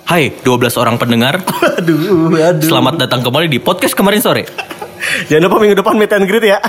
Hai 12 orang pendengar. Aduh. Selamat datang kembali di podcast kemarin sore. Jangan lupa minggu depan meet and greet ya.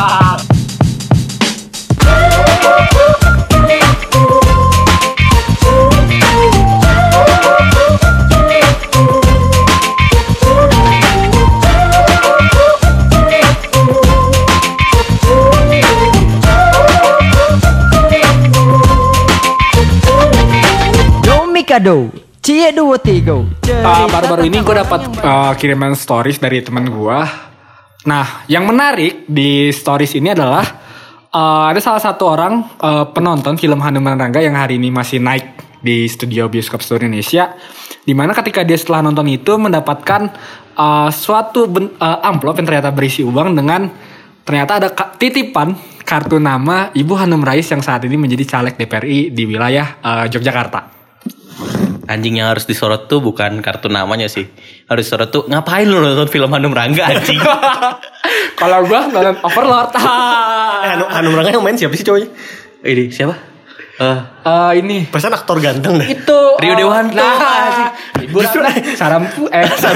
Mikado, cie dua tiga. Baru-baru ini gue dapat kiriman stories dari teman gue. Nah, yang menarik di stories ini adalah ada salah satu orang penonton film Hanuman Rangga yang hari ini masih naik di studio bioskop seluruh Indonesia. Dimana ketika dia setelah nonton itu mendapatkan suatu amplop yang ternyata berisi uang dengan ternyata ada titipan kartu nama Ibu Hanum Rais yang saat ini menjadi caleg DPRI di wilayah Yogyakarta. Anjing, yang harus disorot tuh bukan kartu namanya sih. Harus disorot tuh ngapain lu nonton film Hanum Rangga anjing. Kalau gue nonton Overlord. Hanum Rangga yang main siapa sih cowoknya? Ini siapa? Ini Pesan aktor ganteng deh. itu Rio Dewanto. Nah, Ibu sarampu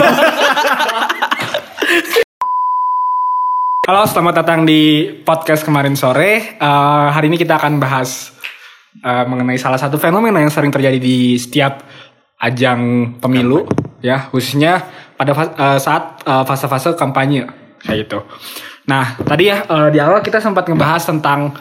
Halo, selamat datang di podcast kemarin sore. Hari ini kita akan bahas mengenai salah satu fenomena yang sering terjadi di setiap ajang pemilu, ya, khususnya pada saat fase-fase kampanye kayak gitu. Nah, tadi ya di awal kita sempat ngebahas tentang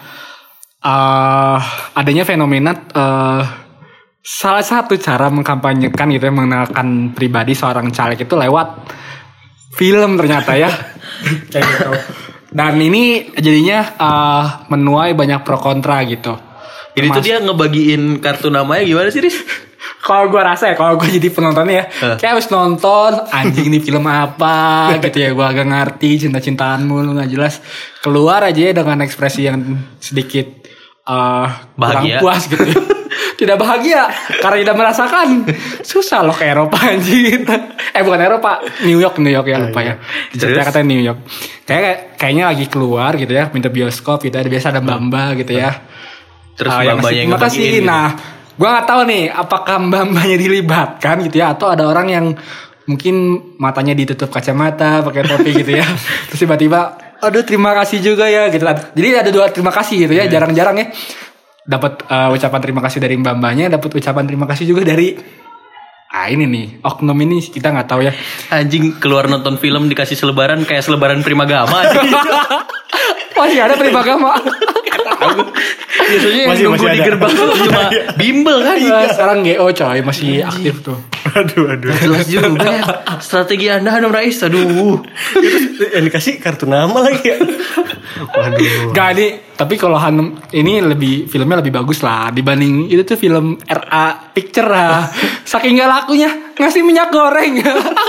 adanya fenomena salah satu cara mengkampanyekan gitu ya, mengenalkan pribadi seorang caleg itu lewat film ternyata ya. Kayak gitu. Dan ini jadinya menuai banyak pro kontra gitu. Ini tuh dia ngebagiin kartu namanya gimana sih, Riz? Kalau gue rasa ya, kalau gue jadi penontonnya ya, kayak harus nonton anjing ini film apa gitu ya, gue agak ngerti cinta-cintaanmu lu nggak jelas, keluar aja ya dengan ekspresi yang sedikit bahagia, kurang puas gitu ya. Tidak bahagia karena tidak merasakan. Susah loh ke Eropa anjing. Bukan Eropa, New York ya, lupa ya. Jakarta New York. Kayaknya lagi keluar gitu ya, minta bioskop gitu ya, biasa ada mbak-mbak gitu ya. Terus mbak-mbaknya yang ngebagiin gitu. Nah, gue gak tahu nih apakah mbak-mbaknya dilibatkan gitu ya, atau ada orang yang mungkin matanya ditutup kacamata pakai topi gitu ya. Terus tiba-tiba, aduh terima kasih juga ya gitu. Jadi ada dua terima kasih gitu ya, jarang-jarang ya dapat ucapan terima kasih dari mbak-mbaknya, dapat ucapan terima kasih juga dari ini nih oknum ini, kita nggak tahu ya. Anjing, keluar nonton film dikasih selebaran kayak selebaran Primagama. Masih ada Primagama. Biasanya yang nunggu di gerbang tuh cuma bimbel kan. Sekarang GO coy masih aktif tuh. Aduh. Jelas juga strategi Anda Hanum Rais. Aduh. Yang dikasih kartu nama lagi ya. Waduh. Gak nih, tapi kalau Hanum ini filmnya lebih bagus lah dibanding itu tuh film RA Picture lah. Saking gak lakunya ngasih minyak goreng.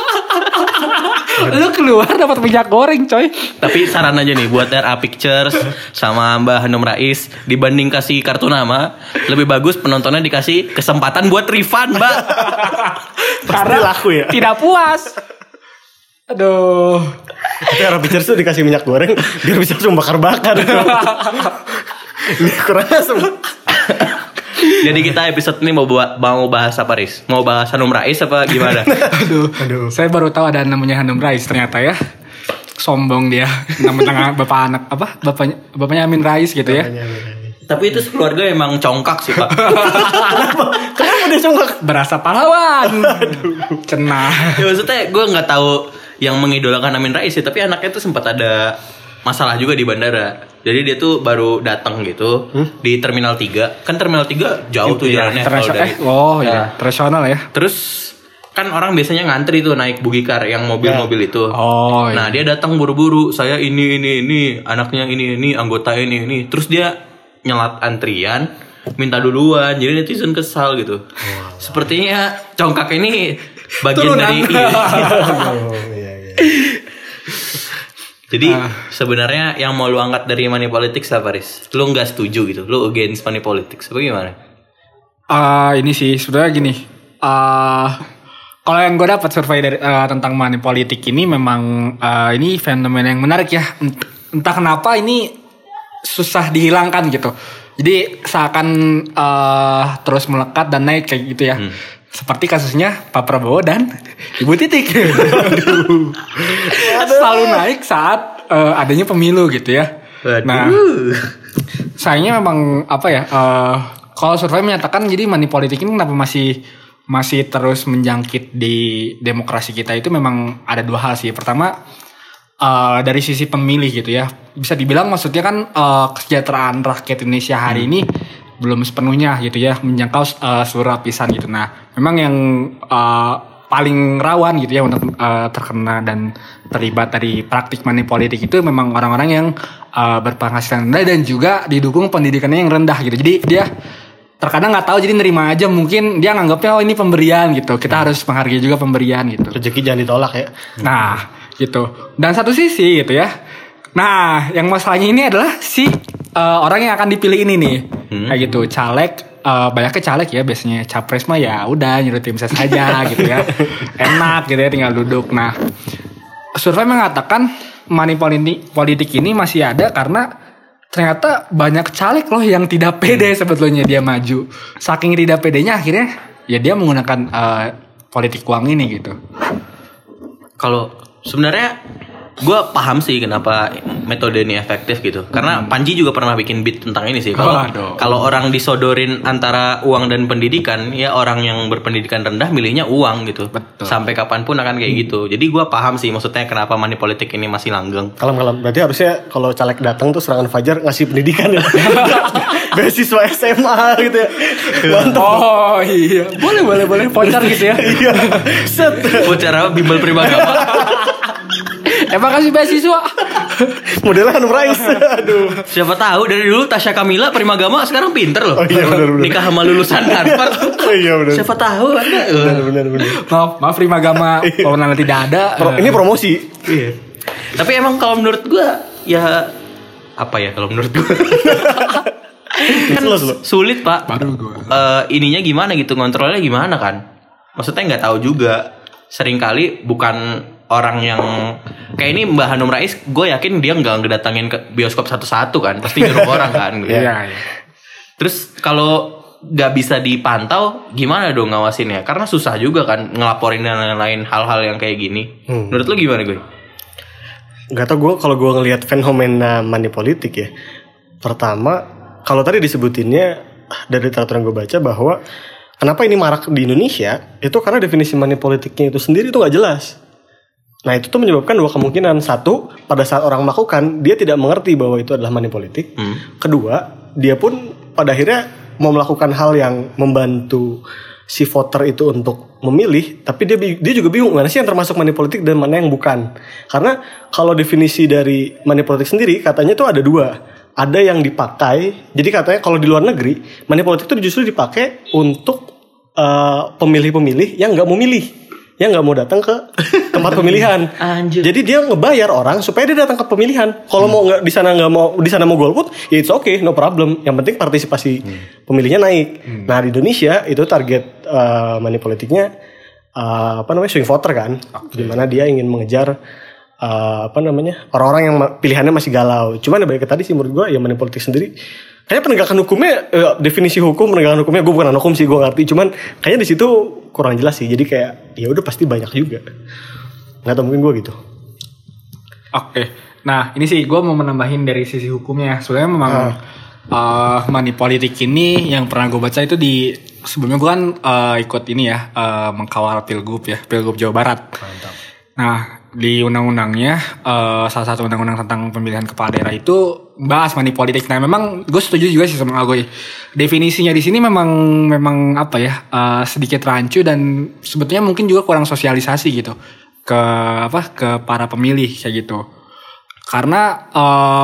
Lu keluar dapat minyak goreng coy. Tapi saran aja nih buat RA Pictures sama Mbak Hanum Rais, dibanding kasih kartu nama, lebih bagus penontonnya dikasih kesempatan buat refund, Mbak. Pasti laku ya. Tidak puas. Aduh. Tapi Arab Pictures tuh dikasih minyak goreng biar bisa langsung bakar-bakar. Ini kurang asem. Jadi kita episode ini mau bahas apa, Riz? Mau bahas Hanum Rais apa gimana? Aduh. Saya baru tahu ada namanya Hanum Rais ternyata ya. Sombong dia. Nama bapak anak bapaknya Amin Rais gitu ya. Tapi itu sekeluarga emang congkak sih, Pak. Kenapa dia congkak? Berasa pahlawan. Cenah. Ya, maksudnya gue nggak tahu yang mengidolakan Amin Rais sih, tapi anaknya tuh sempat ada masalah juga di bandara. Jadi dia tuh baru datang gitu di Terminal 3. Kan Terminal 3 jauh tuh jalannya kalau dari. Internasional ya. Terus kan orang biasanya ngantri tuh naik bugikar yang mobil-mobil itu. Nah, dia datang buru-buru. Saya ini, anaknya ini, anggota ini. Terus dia nyelat antrian, minta duluan. Jadi netizen kesal gitu. Sepertinya congkak ini bagian dari Jadi sebenarnya yang mau lu angkat dari money politics apa, Riz? Lu gak setuju gitu? Lu against money politics apa gimana? Ini sih sebenarnya gini. Kalau yang gue dapat survei dari tentang money politik ini memang ini fenomena yang menarik ya. Entah kenapa ini susah dihilangkan gitu. Jadi seakan terus melekat dan naik kayak gitu ya. Seperti kasusnya Pak Prabowo dan Ibu Titik. Selalu naik saat adanya pemilu gitu ya. Nah, sayangnya memang apa ya? Kalau survei menyatakan jadi money politik ini kenapa masih terus menjangkit di demokrasi kita itu memang ada dua hal sih. Pertama, dari sisi pemilih gitu ya, bisa dibilang maksudnya kan kesejahteraan rakyat Indonesia hari ini belum sepenuhnya gitu ya menjangkau seluruh lapisan gitu. Nah, memang yang paling rawan gitu ya untuk terkena dan terlibat dari praktik money politik itu memang orang-orang yang berpenghasilan rendah dan juga didukung pendidikannya yang rendah gitu. Jadi dia terkadang nggak tahu jadi nerima aja, mungkin dia nganggapnya oh ini pemberian gitu, kita harus menghargai juga pemberian gitu. Rezeki jangan ditolak ya. Nah gitu. Dan satu sisi gitu ya, nah yang masalahnya ini adalah si orang yang akan dipilih ini nih kayak gitu, caleg, banyaknya caleg ya, biasanya capres mah ya udah nyuruh tim ses aja gitu ya, enak gitu ya tinggal duduk. Nah survei mengatakan money politik ini masih ada karena ternyata banyak caleg loh yang tidak pede sebetulnya dia maju. Saking tidak pedenya akhirnya ya dia menggunakan politik uang ini gitu. Kalau sebenarnya gue paham sih kenapa metode ini efektif gitu. Karena Panji juga pernah bikin beat tentang ini sih. Kalau orang disodorin antara uang dan pendidikan, ya orang yang berpendidikan rendah milihnya uang gitu. Betul. Sampai kapanpun akan kayak gitu. Jadi gue paham sih maksudnya kenapa money politik ini masih langgeng. Kalem. Berarti harusnya kalau caleg datang tuh serangan Fajar ngasih pendidikan ya. Beasiswa SMA gitu ya. Mantap. Oh iya. Boleh. Voucher gitu ya. Iya. Set. Voucher apa? Bimbel Primagama. Emang kasih beasiswa. Modelnya Hanum Rais. Aduh. Siapa tahu dari dulu Tasya Kamila Primagama sekarang pinter loh. Oh iya benar. Nikah sama lulusan Harvard. Oh iya benar. Siapa tahu ada. Benar. Maaf Primagama kalau nanti tidak ada. Ini promosi. Iya. Tapi emang kalau menurut gue ya apa ya kalau menurut gue kan sulit pak. Baru gue. Ininya gimana gitu, ngontrolnya gimana kan? Maksudnya nggak tahu juga. Seringkali bukan orang yang kayak ini Mbak Hanum Rais, gue yakin dia nggak ngedatangin ke bioskop satu-satu kan, pasti nyuruh orang kan. Gitu. Iya. Terus kalau nggak bisa dipantau, gimana dong ngawasinnya? Karena susah juga kan ngelaporin dan lain-lain hal-hal yang kayak gini. Menurut lo gimana gue? Gak tau gue kalau gue ngelihat fenomena money politik ya. Pertama, kalau tadi disebutinnya dari literatur yang gue baca bahwa kenapa ini marak di Indonesia itu karena definisi money politiknya itu sendiri itu nggak jelas. Nah itu tuh menyebabkan dua kemungkinan. Satu, pada saat orang melakukan dia tidak mengerti bahwa itu adalah money politik. Kedua, dia pun pada akhirnya mau melakukan hal yang membantu si voter itu untuk memilih, tapi dia juga bingung mana sih yang termasuk money politik dan mana yang bukan. Karena kalau definisi dari money politik sendiri katanya tuh ada dua. Ada yang dipakai, jadi katanya kalau di luar negeri money politik itu justru dipakai untuk pemilih-pemilih yang nggak mau milih, yang nggak mau datang ke tempat pemilihan. Anjir. Jadi dia ngebayar orang supaya dia datang ke pemilihan. Kalau mau nggak di sana mau golput, ya it's okay, no problem. Yang penting partisipasi pemilihnya naik. Nah di Indonesia itu target money politiknya swing voter kan, dimana dia ingin mengejar orang-orang yang pilihannya masih galau. Cuman balik ke tadi sih menurut gue ya money politik sendiri kayaknya penegakan hukumnya, definisi hukum penegakan hukumnya gue bukan anak hukum sih, gue ngerti, cuman kayaknya di situ kurang jelas sih. Jadi kayak ya udah pasti banyak juga, nggak tahu, mungkin gue gitu. Oke. Nah ini sih gue mau menambahin dari sisi hukumnya. Sebenarnya memang money politik ini yang pernah gue baca itu di sebelumnya gue kan ikut ini ya, mengkawal Pilgub Jawa Barat. Mantap. Nah di undang-undangnya salah satu undang-undang tentang pemilihan kepala daerah itu bahas money politik. Nah memang gue setuju juga sih sama Agoy. Definisinya di sini memang apa ya, sedikit rancu dan sebetulnya mungkin juga kurang sosialisasi gitu ke para pemilih kayak gitu. Karena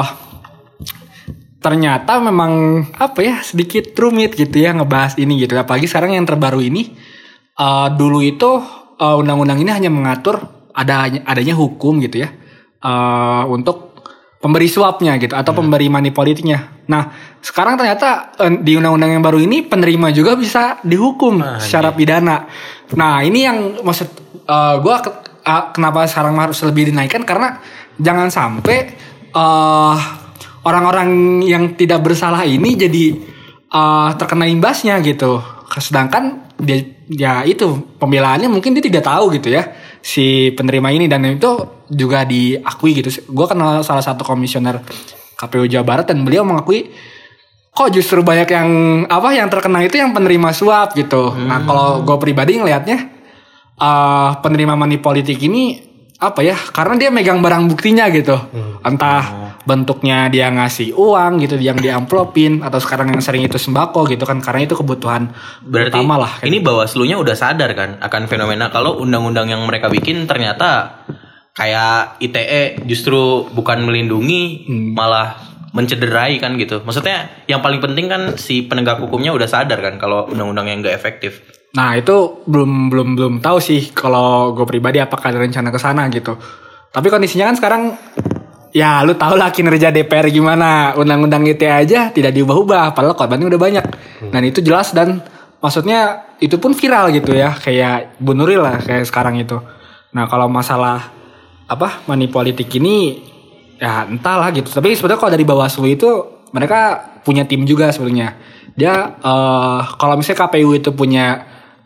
ternyata memang sedikit rumit gitu ya ngebahas ini gitu. Apalagi sekarang yang terbaru ini, dulu itu undang-undang ini hanya mengatur adanya hukum gitu ya, untuk pemberi suapnya gitu atau pemberi money politiknya. Nah sekarang ternyata di undang-undang yang baru ini penerima juga bisa dihukum secara pidana. Nah ini yang maksud gue kenapa sekarang harus lebih dinaikkan, karena jangan sampai orang-orang yang tidak bersalah ini jadi terkena imbasnya gitu. Sedangkan dia ya itu pembelaannya mungkin dia tidak tahu gitu ya si penerima ini, dan itu juga diakui gitu. Gue kenal salah satu komisioner KPU Jawa Barat dan beliau mengakui kok justru banyak yang terkena itu yang penerima suap gitu. Nah kalau gue pribadi ngelihatnya penerima money politik ini apa ya, karena dia megang barang buktinya gitu. Entah bentuknya dia ngasih uang gitu yang diamplopin, atau sekarang yang sering itu sembako gitu kan, karena itu kebutuhan utama lah. Ini Bawaslu-nya udah sadar kan akan fenomena kalau undang-undang yang mereka bikin ternyata kayak ITE justru bukan melindungi, malah mencederai kan gitu. Maksudnya yang paling penting kan si penegak hukumnya udah sadar kan kalau undang-undangnya nggak efektif. Nah itu belum tahu sih kalau gue pribadi apakah ada rencana ke sana gitu. Tapi kondisinya kan sekarang ya lu tau lah kinerja DPR gimana, undang-undang ITE aja tidak diubah-ubah padahal korbannya udah banyak. Dan itu jelas, dan maksudnya itu pun viral gitu ya, kayak Bu Nuril lah kayak sekarang itu. Nah kalau masalah money politik ini ya entahlah gitu. Tapi sebenarnya kalau dari Bawaslu itu mereka punya tim juga sebenarnya. Dia kalau misalnya KPU itu punya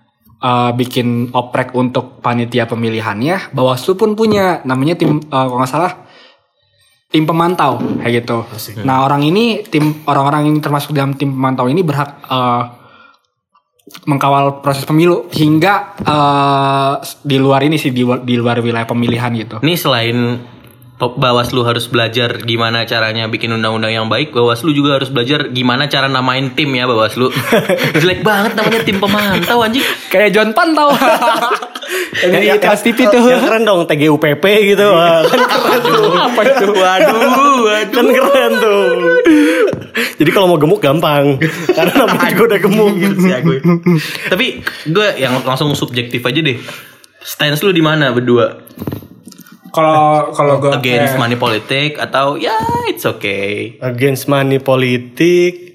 bikin oprek untuk panitia pemilihannya, Bawaslu pun punya namanya tim kalau nggak salah tim pemantau kayak gitu. Nah orang-orang yang termasuk dalam tim pemantau ini berhak mengkawal proses pemilu hingga di luar ini sih, di luar wilayah pemilihan gitu. Ini selain Bawaslu harus belajar gimana caranya bikin undang-undang yang baik, Bawaslu juga harus belajar gimana cara namain tim ya Bawaslu. Jelek banget namanya tim pemantau anjing. Kayak John Pantau. Jadi Trans TV tuh. Yang keren dong TGUPP gitu. Kan keren tuh. Apa itu? Waduh. Kan keren tuh. Jadi kalau mau gemuk gampang. Karena namanya juga udah gemuk gitu. Tapi gue yang langsung subjektif aja deh. Stance lu di mana berdua? Kalau gue against money politik atau ya it's okay. Against money politik.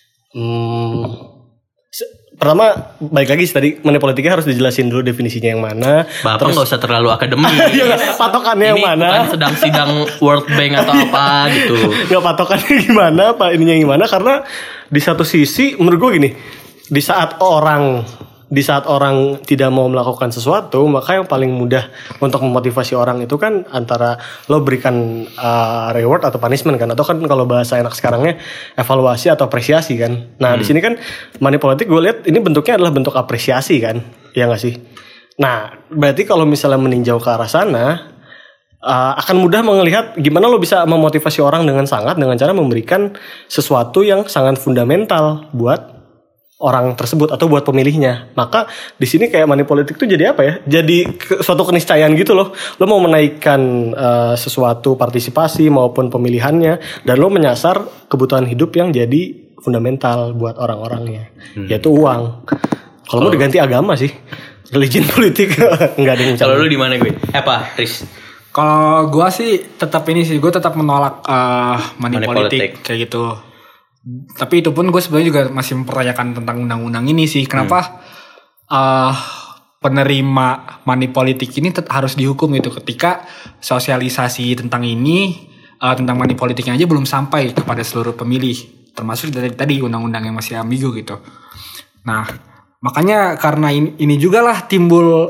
Pertama balik lagi tadi, money politiknya harus dijelasin dulu definisinya yang mana. Bapak nggak usah terlalu akademik. Patokannya yang mana? Ini bukan sedang sidang World Bank atau apa gitu. Nggak, patokannya gimana, pak ininya gimana? Karena di satu sisi menurut gue gini, di saat orang tidak mau melakukan sesuatu, maka yang paling mudah untuk memotivasi orang itu kan antara lo berikan reward atau punishment kan, atau kan kalau bahasa enak sekarangnya evaluasi atau apresiasi kan. Nah di sini kan money politik gue lihat ini bentuknya adalah bentuk apresiasi kan, ya nggak sih? Nah berarti kalau misalnya meninjau ke arah sana, akan mudah melihat gimana lo bisa memotivasi orang dengan cara memberikan sesuatu yang sangat fundamental buat orang tersebut atau buat pemilihnya. Maka di sini kayak money politik tuh jadi apa ya? Jadi suatu keniscayaan gitu loh. Lo mau menaikkan sesuatu partisipasi maupun pemilihannya, dan lo menyasar kebutuhan hidup yang jadi fundamental buat orang-orangnya, yaitu uang. Kalau mau diganti agama sih, religion politik nggak ada yang. Kalau lo di mana gue? Apa, Tris? Kalau gue sih tetap menolak money politik kayak gitu. Tapi itu pun gue sebenarnya juga masih mempertanyakan tentang undang-undang ini sih. Kenapa penerima money politik ini harus dihukum gitu, ketika sosialisasi tentang ini, tentang money politiknya aja belum sampai kepada seluruh pemilih, termasuk dari tadi undang-undang yang masih ambigu gitu. Nah makanya karena ini juga lah timbul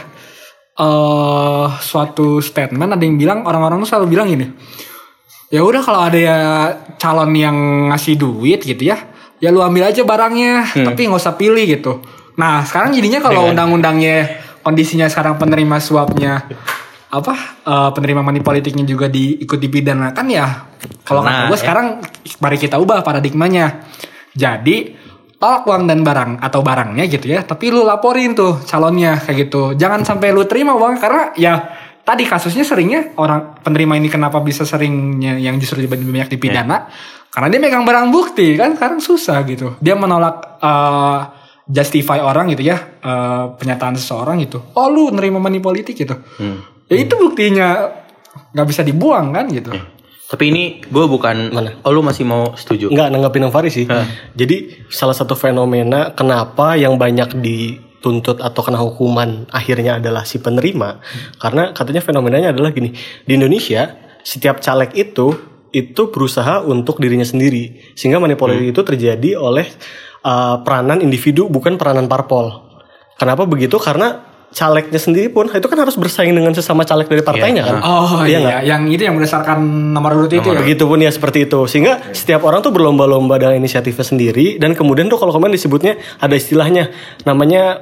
suatu statement, ada yang bilang, orang-orang tuh selalu bilang gini, ya udah kalau ada ya calon yang ngasih duit gitu ya lu ambil aja barangnya, tapi nggak usah pilih gitu. Nah sekarang jadinya kalau undang-undangnya kondisinya sekarang penerima suapnya penerima money politiknya juga ikut dipidanakan, ya kalau kata gue sekarang mari kita ubah paradigmanya. Jadi tolak uang dan barang atau barangnya gitu ya, tapi lu laporin tuh calonnya kayak gitu. Jangan sampai lu terima uang, karena ya tadi kasusnya seringnya orang penerima ini kenapa bisa seringnya yang justru lebih banyak dipidana, karena dia megang barang bukti kan. Sekarang susah gitu, dia menolak justify orang gitu ya, pernyataan seseorang gitu, oh lu nerima money politik gitu, ya itu buktinya nggak bisa dibuang kan gitu. Tapi ini gue bukan lu masih mau setuju? Nggak, nanggapin yang Faris sih. Jadi salah satu fenomena kenapa yang banyak dituntut atau kena hukuman akhirnya adalah si penerima, karena katanya fenomenanya adalah gini, di Indonesia setiap caleg itu berusaha untuk dirinya sendiri, sehingga money politik itu terjadi oleh peranan individu bukan peranan parpol. Kenapa begitu? Karena calegnya sendiri pun itu kan harus bersaing dengan sesama caleg dari partainya kan. Oh iya, yang itu yang berdasarkan nomor urut itu ya. Begitupun ya seperti itu. Sehingga setiap orang tuh berlomba-lomba dengan inisiatifnya sendiri, dan kemudian tuh kalau kemarin disebutnya ada istilahnya namanya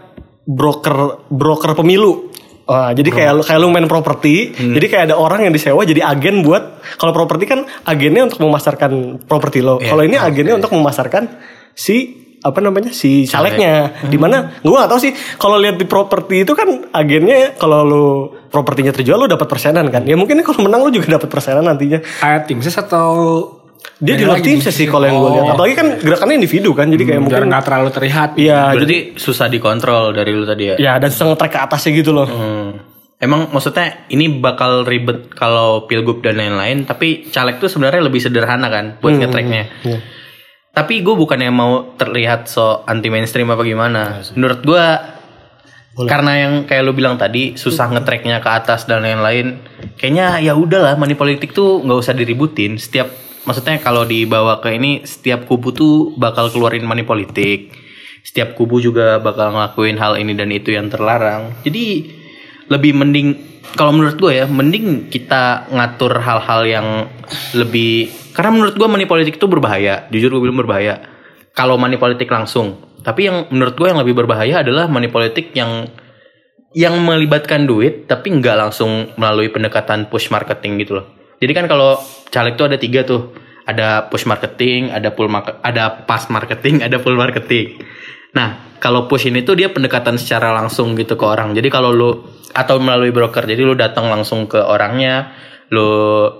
broker pemilu. Jadi kayak lu main properti, jadi kayak ada orang yang disewa jadi agen buat, kalau properti kan agennya untuk memasarkan properti lo. Kalau ini agennya untuk memasarkan si calegnya. Dimana gue gak tahu sih, kalau lihat di properti itu kan agennya, kalau lu propertinya terjual lu dapat persenan kan. Ya mungkin kalau menang lu juga dapat persenan nantinya. Kayak tim ses atau dia di luar tim ses sih kalau yang gue lihat. Apalagi kan gerakannya individu kan, jadi kayak mungkin nggak terlalu terlihat. Iya, berarti susah dikontrol dari lu tadi ya. Ya, dan susah nge-track ke atasnya gitu loh. Emang maksudnya ini bakal ribet kalau pilgub dan lain-lain, tapi caleg tuh sebenarnya lebih sederhana kan buat nge-tracknya. Tapi gue bukannya mau terlihat so anti mainstream apa gimana. Menurut gue karena yang kayak lu bilang tadi susah nge-tracknya ke atas dan lain-lain, kayaknya ya udahlah, money politik tuh nggak usah diributin. Maksudnya kalau dibawa ke ini, setiap kubu tuh bakal keluarin money politik. Setiap kubu juga bakal ngelakuin hal ini dan itu yang terlarang. Jadi lebih mending, kalau menurut gue ya, mending kita ngatur hal-hal yang lebih. Karena menurut gue money politik itu berbahaya. Jujur gue bilang berbahaya kalau money politik langsung. Tapi yang menurut gue yang lebih berbahaya adalah money politik yang melibatkan duit tapi nggak langsung melalui pendekatan push marketing gitu loh. Jadi kan kalau caleg tuh ada 3 tuh. Ada push marketing, ada pass marketing, ada pull marketing. Nah, kalau push ini tuh dia pendekatan secara langsung gitu ke orang. Jadi kalau lu, atau melalui broker, jadi lu datang langsung ke orangnya, lu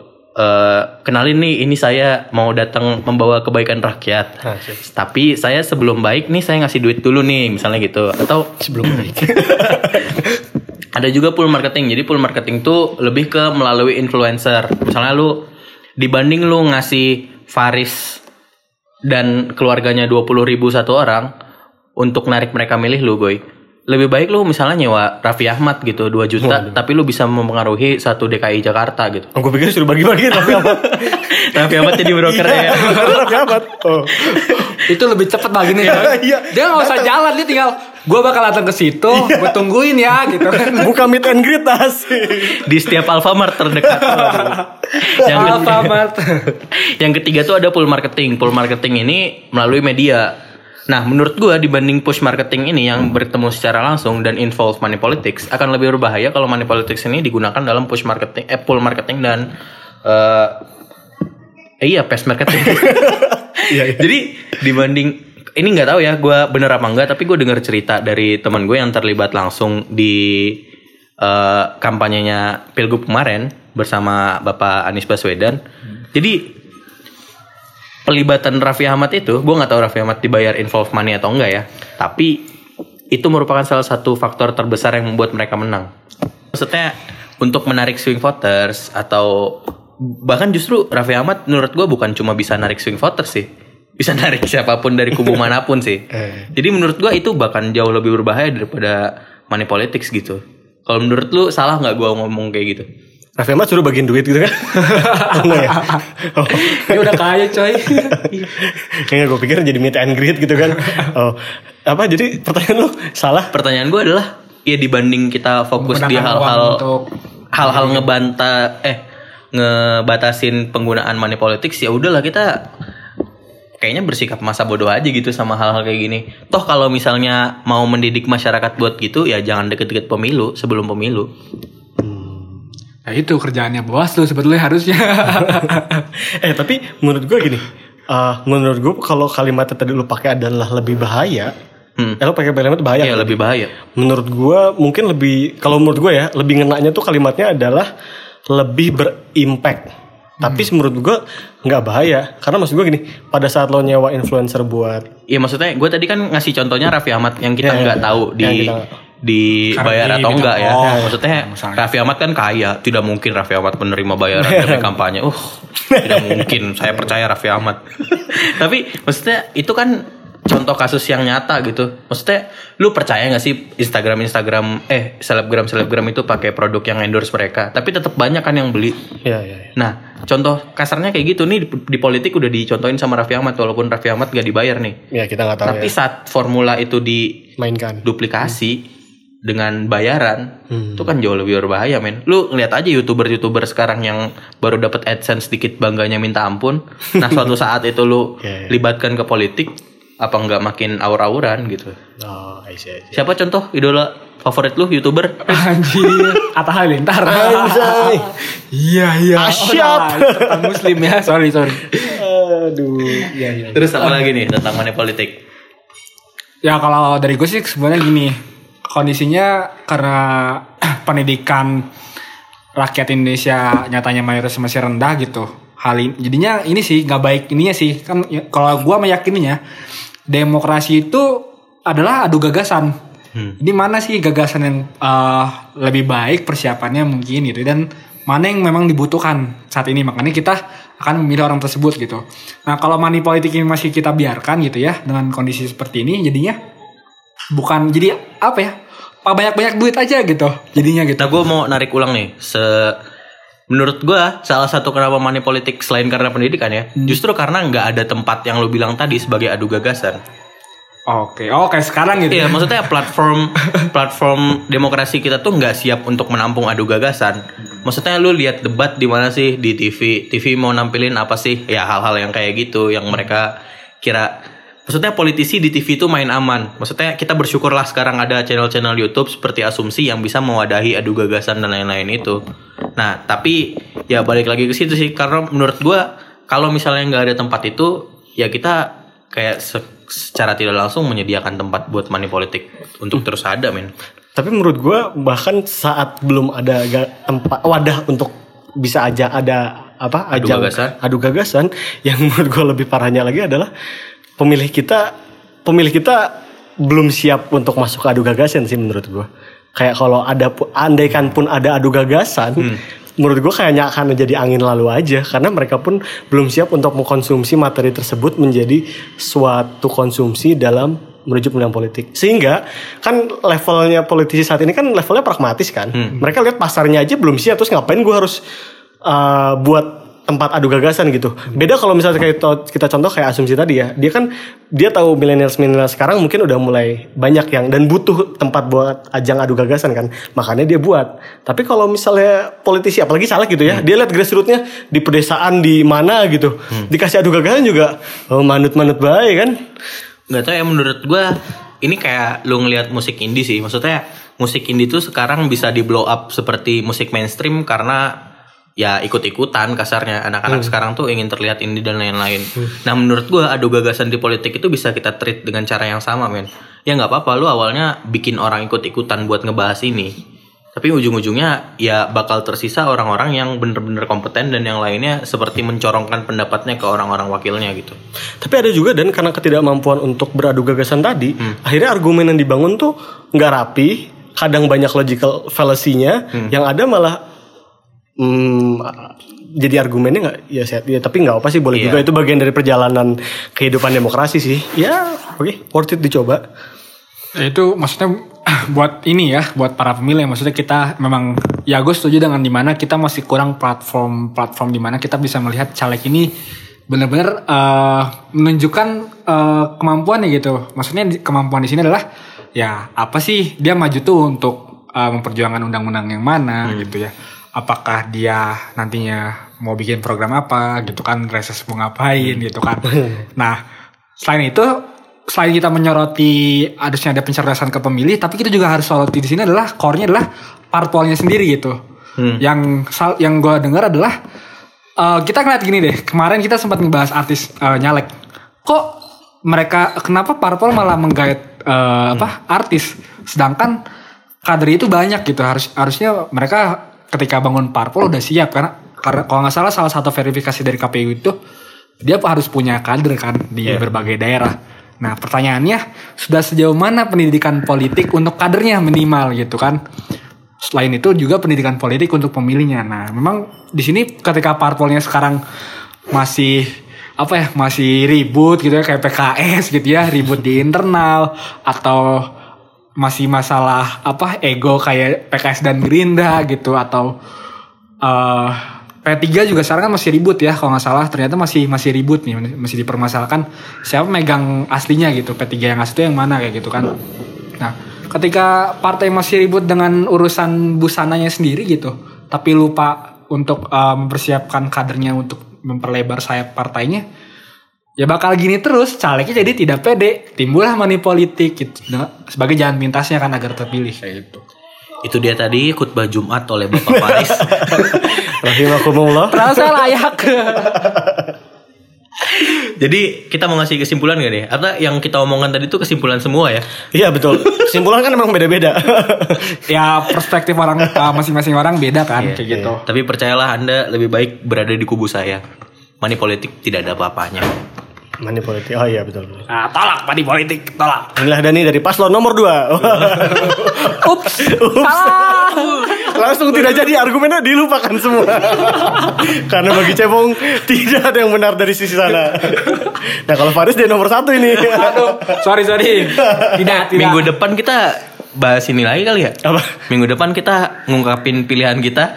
kenalin nih, ini saya mau datang membawa kebaikan rakyat. Tapi saya sebelum baik nih saya ngasih duit dulu nih, misalnya gitu. Atau sebelum baik. Ada juga pull marketing. Jadi pull marketing tuh lebih ke melalui influencer. Misalnya lu dibanding lu ngasih Faris dan keluarganya 20.000 satu orang untuk narik mereka milih lu, boy. Lebih baik lu misalnya nyewa Raffi Ahmad gitu 2 juta, tapi lu bisa mempengaruhi 1 DKI Jakarta gitu. Gue pikir suruh bagi-bagi Raffi Ahmad. Raffi Ahmad jadi broker ya. Raffi Ahmad. Itu lebih cepet baginya ya. Dia nggak usah jalan, dia tinggal gue bakal datang ke situ, gue tungguin ya gitu. Buka meet and greet di setiap Alfamart terdekat. Yang ketiga tuh ada pull marketing. Pull marketing ini melalui media. Nah, menurut gue dibanding push marketing ini yang bertemu secara langsung dan involve money politics, akan lebih berbahaya kalau money politics ini digunakan dalam push marketing, pull marketing dan pass marketing. Jadi dibanding, ini nggak tahu ya gue bener apa enggak, tapi gue dengar cerita dari teman gue yang terlibat langsung di kampanyenya Pilgub kemarin bersama Bapak Anies Baswedan. Jadi pelibatan Raffi Ahmad itu, gue nggak tahu Raffi Ahmad dibayar involve money atau enggak ya, tapi itu merupakan salah satu faktor terbesar yang membuat mereka menang. Maksudnya untuk menarik swing voters, atau bahkan justru Raffi Ahmad menurut gue bukan cuma bisa narik swing voters sih, bisa narik siapapun dari kubu manapun sih. Jadi menurut gue itu bahkan jauh lebih berbahaya daripada money politics gitu. Kalau menurut lu salah nggak gue ngomong kayak gitu? Raffi Ahmad suruh bagiin duit gitu kan? Ya? Dia udah kaya coy. Kayaknya gue pikir jadi meet and greet gitu kan. Apa jadi pertanyaan lu salah? Pertanyaan gue adalah, ya dibanding kita fokus di hal-hal ngebatasin penggunaan money politics, ya udahlah kita kayaknya bersikap masa bodoh aja gitu sama hal-hal kayak gini. Toh kalau misalnya mau mendidik masyarakat buat gitu, ya jangan deket-deket pemilu, sebelum pemilu. Ya itu kerjaannya Bawaslu sebetulnya harusnya. Tapi menurut gue gini, menurut gue kalau kalimatnya tadi lu pakai adalah lebih bahaya. Lu pakai kalimat bahaya. Iya, lebih bahaya. Menurut gue mungkin lebih, kalau menurut gue ya, lebih ngenaknya tuh kalimatnya adalah lebih berimpact. Tapi menurut gue nggak bahaya, karena maksud gue gini, pada saat lo nyewa influencer buat, iya maksudnya gue tadi kan ngasih contohnya Raffi Ahmad yang kita nggak tahu dibayar atau enggak ya. Maksudnya Raffi Ahmad kan kaya, tidak mungkin Raffi Ahmad menerima bayaran dari kampanye. Tidak mungkin, saya percaya Raffi Ahmad. Tapi maksudnya itu kan contoh kasus yang nyata gitu. Maksudnya lu percaya nggak sih Instagram selebgram itu pakai produk yang endorse mereka, tapi tetap banyak kan yang beli. Iya. Nah, contoh kasarnya kayak gitu nih di politik udah dicontohin sama Raffi Ahmad, walaupun Raffi Ahmad gak dibayar nih. Ya kita nggak tahu. Tapi saat formula itu mainkan duplikasi dengan bayaran, itu kan jauh lebih berbahaya, men. Lu ngeliat aja youtuber sekarang yang baru dapat AdSense sedikit bangganya minta ampun. Nah, suatu saat itu lu libatkan ke politik, apa nggak makin aur-auran gitu? Oh, I see. Siapa contoh idola favorit lu youtuber? Anjir, Atta Halilintar. Iya. Asyap. Tentang Muslim ya. Sorry. Aduh. Iya. Terus apa lagi nih tentang money politik? Ya kalau dari gue sih sebenarnya gini, kondisinya karena pendidikan rakyat Indonesia nyatanya mayoritas masih rendah gitu. Jadinya ini sih nggak baik ininya sih kan. Kalau gue meyakininya demokrasi itu adalah adu gagasan. Jadi mana sih gagasan yang lebih baik persiapannya mungkin gitu, dan mana yang memang dibutuhkan saat ini, makanya kita akan memilih orang tersebut gitu. Nah kalau money politik ini masih kita biarkan gitu ya dengan kondisi seperti ini, jadinya bukan jadi apa ya, banyak duit aja gitu jadinya gitu. Nah gue mau narik ulang nih, menurut gue salah satu kenapa money politik selain karena pendidikan ya, justru karena nggak ada tempat yang lo bilang tadi sebagai adu gagasan. Oke, sekarang gitu. Iya, maksudnya platform demokrasi kita tuh nggak siap untuk menampung adu gagasan. Maksudnya lu lihat debat di mana sih, di TV mau nampilin apa sih? Ya hal-hal yang kayak gitu yang mereka kira. Maksudnya politisi di TV itu main aman. Maksudnya kita bersyukurlah sekarang ada channel-channel YouTube seperti Asumsi yang bisa mewadahi adu gagasan dan lain-lain itu. Nah, tapi ya balik lagi ke situ sih, karena menurut gua kalau misalnya nggak ada tempat itu, ya kita kayak secara tidak langsung menyediakan tempat buat money politik untuk terus ada, men. Tapi menurut gue bahkan saat belum ada tempat wadah untuk bisa aja ada adu gagasan, yang menurut gue lebih parahnya lagi adalah pemilih kita belum siap untuk masuk ke adu gagasan sih menurut gue. Kayak kalau andaikan pun ada adu gagasan, menurut gue kayaknya akan jadi angin lalu aja, karena mereka pun belum siap untuk mengkonsumsi materi tersebut menjadi suatu konsumsi dalam menuju pemilihan politik. Sehingga kan levelnya politisi saat ini kan levelnya pragmatis kan. Mereka lihat pasarnya aja belum siap, terus ngapain gue harus buat tempat adu gagasan gitu. Beda kalau misalnya kita contoh kayak Asumsi tadi ya, dia tahu milenial sekarang mungkin udah mulai banyak yang dan butuh tempat buat ajang adu gagasan kan, makanya dia buat. Tapi kalau misalnya politisi apalagi caleg gitu ya, dia lihat grassrootsnya di pedesaan di mana gitu, dikasih adu gagasan juga manut-manut baik kan. Nggak tahu ya, menurut gue ini kayak lu ngelihat musik indie sih. Maksudnya musik indie tuh sekarang bisa di blow up seperti musik mainstream karena ya ikut-ikutan kasarnya. Anak-anak sekarang tuh ingin terlihat indie dan lain-lain. Nah menurut gue adu gagasan di politik itu bisa kita treat dengan cara yang sama, men. Ya gak apa-apa lu awalnya bikin orang ikut-ikutan buat ngebahas ini, tapi ujung-ujungnya ya bakal tersisa orang-orang yang bener-bener kompeten dan yang lainnya seperti mencorongkan pendapatnya ke orang-orang wakilnya gitu. Tapi ada juga, dan karena ketidakmampuan untuk beradu gagasan tadi, akhirnya argumen yang dibangun tuh gak rapi, kadang banyak logical fallacy-nya, yang ada malah jadi argumennya nggak ya tapi nggak apa sih, boleh juga, itu bagian dari perjalanan kehidupan demokrasi sih ya. Worth it dicoba. Itu maksudnya buat ini ya, buat para pemilih, maksudnya kita memang ya gue setuju dengan dimana kita masih kurang platform dimana kita bisa melihat caleg ini benar-benar menunjukkan kemampuannya gitu. Maksudnya kemampuan di sini adalah ya apa sih dia maju tuh untuk memperjuangkan undang-undang yang mana gitu ya. Apakah dia nantinya mau bikin program apa gitu kan, reses mau ngapain gitu kan. Nah selain itu, selain kita menyoroti harusnya ada pencerdasan ke pemilih, tapi kita juga harus soroti di sini adalah core-nya adalah parpolnya sendiri gitu. Yang gue dengar adalah kita ngeliat gini deh, kemarin kita sempat ngebahas artis nyalek. Kok mereka kenapa parpol malah menggait artis, sedangkan kader itu banyak gitu. Harusnya mereka ketika bangun parpol udah siap, karena kalau nggak salah satu verifikasi dari KPU itu dia harus punya kader kan di berbagai daerah. Nah pertanyaannya, sudah sejauh mana pendidikan politik untuk kadernya minimal gitu kan? Selain itu juga pendidikan politik untuk pemilihnya. Nah memang di sini ketika parpolnya sekarang masih masih ribut gitu ya kayak PKS gitu ya, ribut di internal, atau masih masalah ego kayak PKS dan Gerindra gitu, atau P3 juga sekarang kan masih ribut ya kalau nggak salah, ternyata masih ribut nih, masih dipermasalahkan siapa megang aslinya gitu, P3 yang asli itu yang mana kayak gitu kan. Nah ketika partai masih ribut dengan urusan busananya sendiri gitu, tapi lupa untuk mempersiapkan kadernya untuk memperlebar sayap partainya, ya bakal gini terus, calegnya jadi tidak pede, timbullah money politik gitu, sebagai jalan pintasnya kan agar terpilih kayak gitu. Itu dia tadi khutbah Jumat oleh Bapak Faris. Rahimakumullah. Terasa layak. Jadi kita mau ngasih kesimpulan gak nih? Atau yang kita omongkan tadi itu kesimpulan semua ya? Iya betul. Kesimpulan kan emang beda-beda. Ya perspektif orang masing-masing orang beda kan kayak gitu. Tapi percayalah Anda lebih baik berada di kubu saya. Money politik tidak ada apa-apanya. Money politik. Oh iya betul. Nah, tolak money politik, tolak. Inilah Dani dari paslon nomor 2. Ups. Salah. Langsung tidak jadi, argumennya dilupakan semua. Karena bagi Cebong tidak ada yang benar dari sisi sana. Nah kalau Faris dia nomor 1 ini. Aduh, sorry. Tidak. Minggu depan kita bahas ini lagi kali ya? Apa? Minggu depan kita ngungkapin pilihan kita.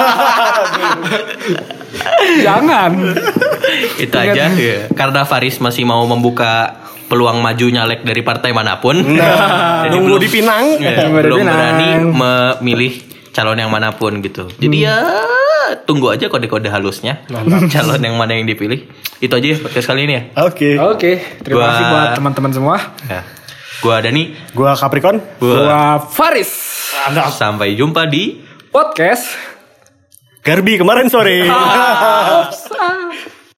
Jangan. Itu aja ya. Karena Faris masih mau membuka peluang maju nyalek dari partai manapun. Nah, jadi nunggu dipinang. Belum berani memilih calon yang manapun gitu. Jadi ya tunggu aja kode-kode halusnya. Calon yang mana yang dipilih. Itu aja ya podcast kali ini ya. Oke. Terima kasih buat teman-teman semua. Ya. Gua Dani. Gua Capricorn. Gua Faris. Sampai jumpa di podcast Garbi kemarin sore.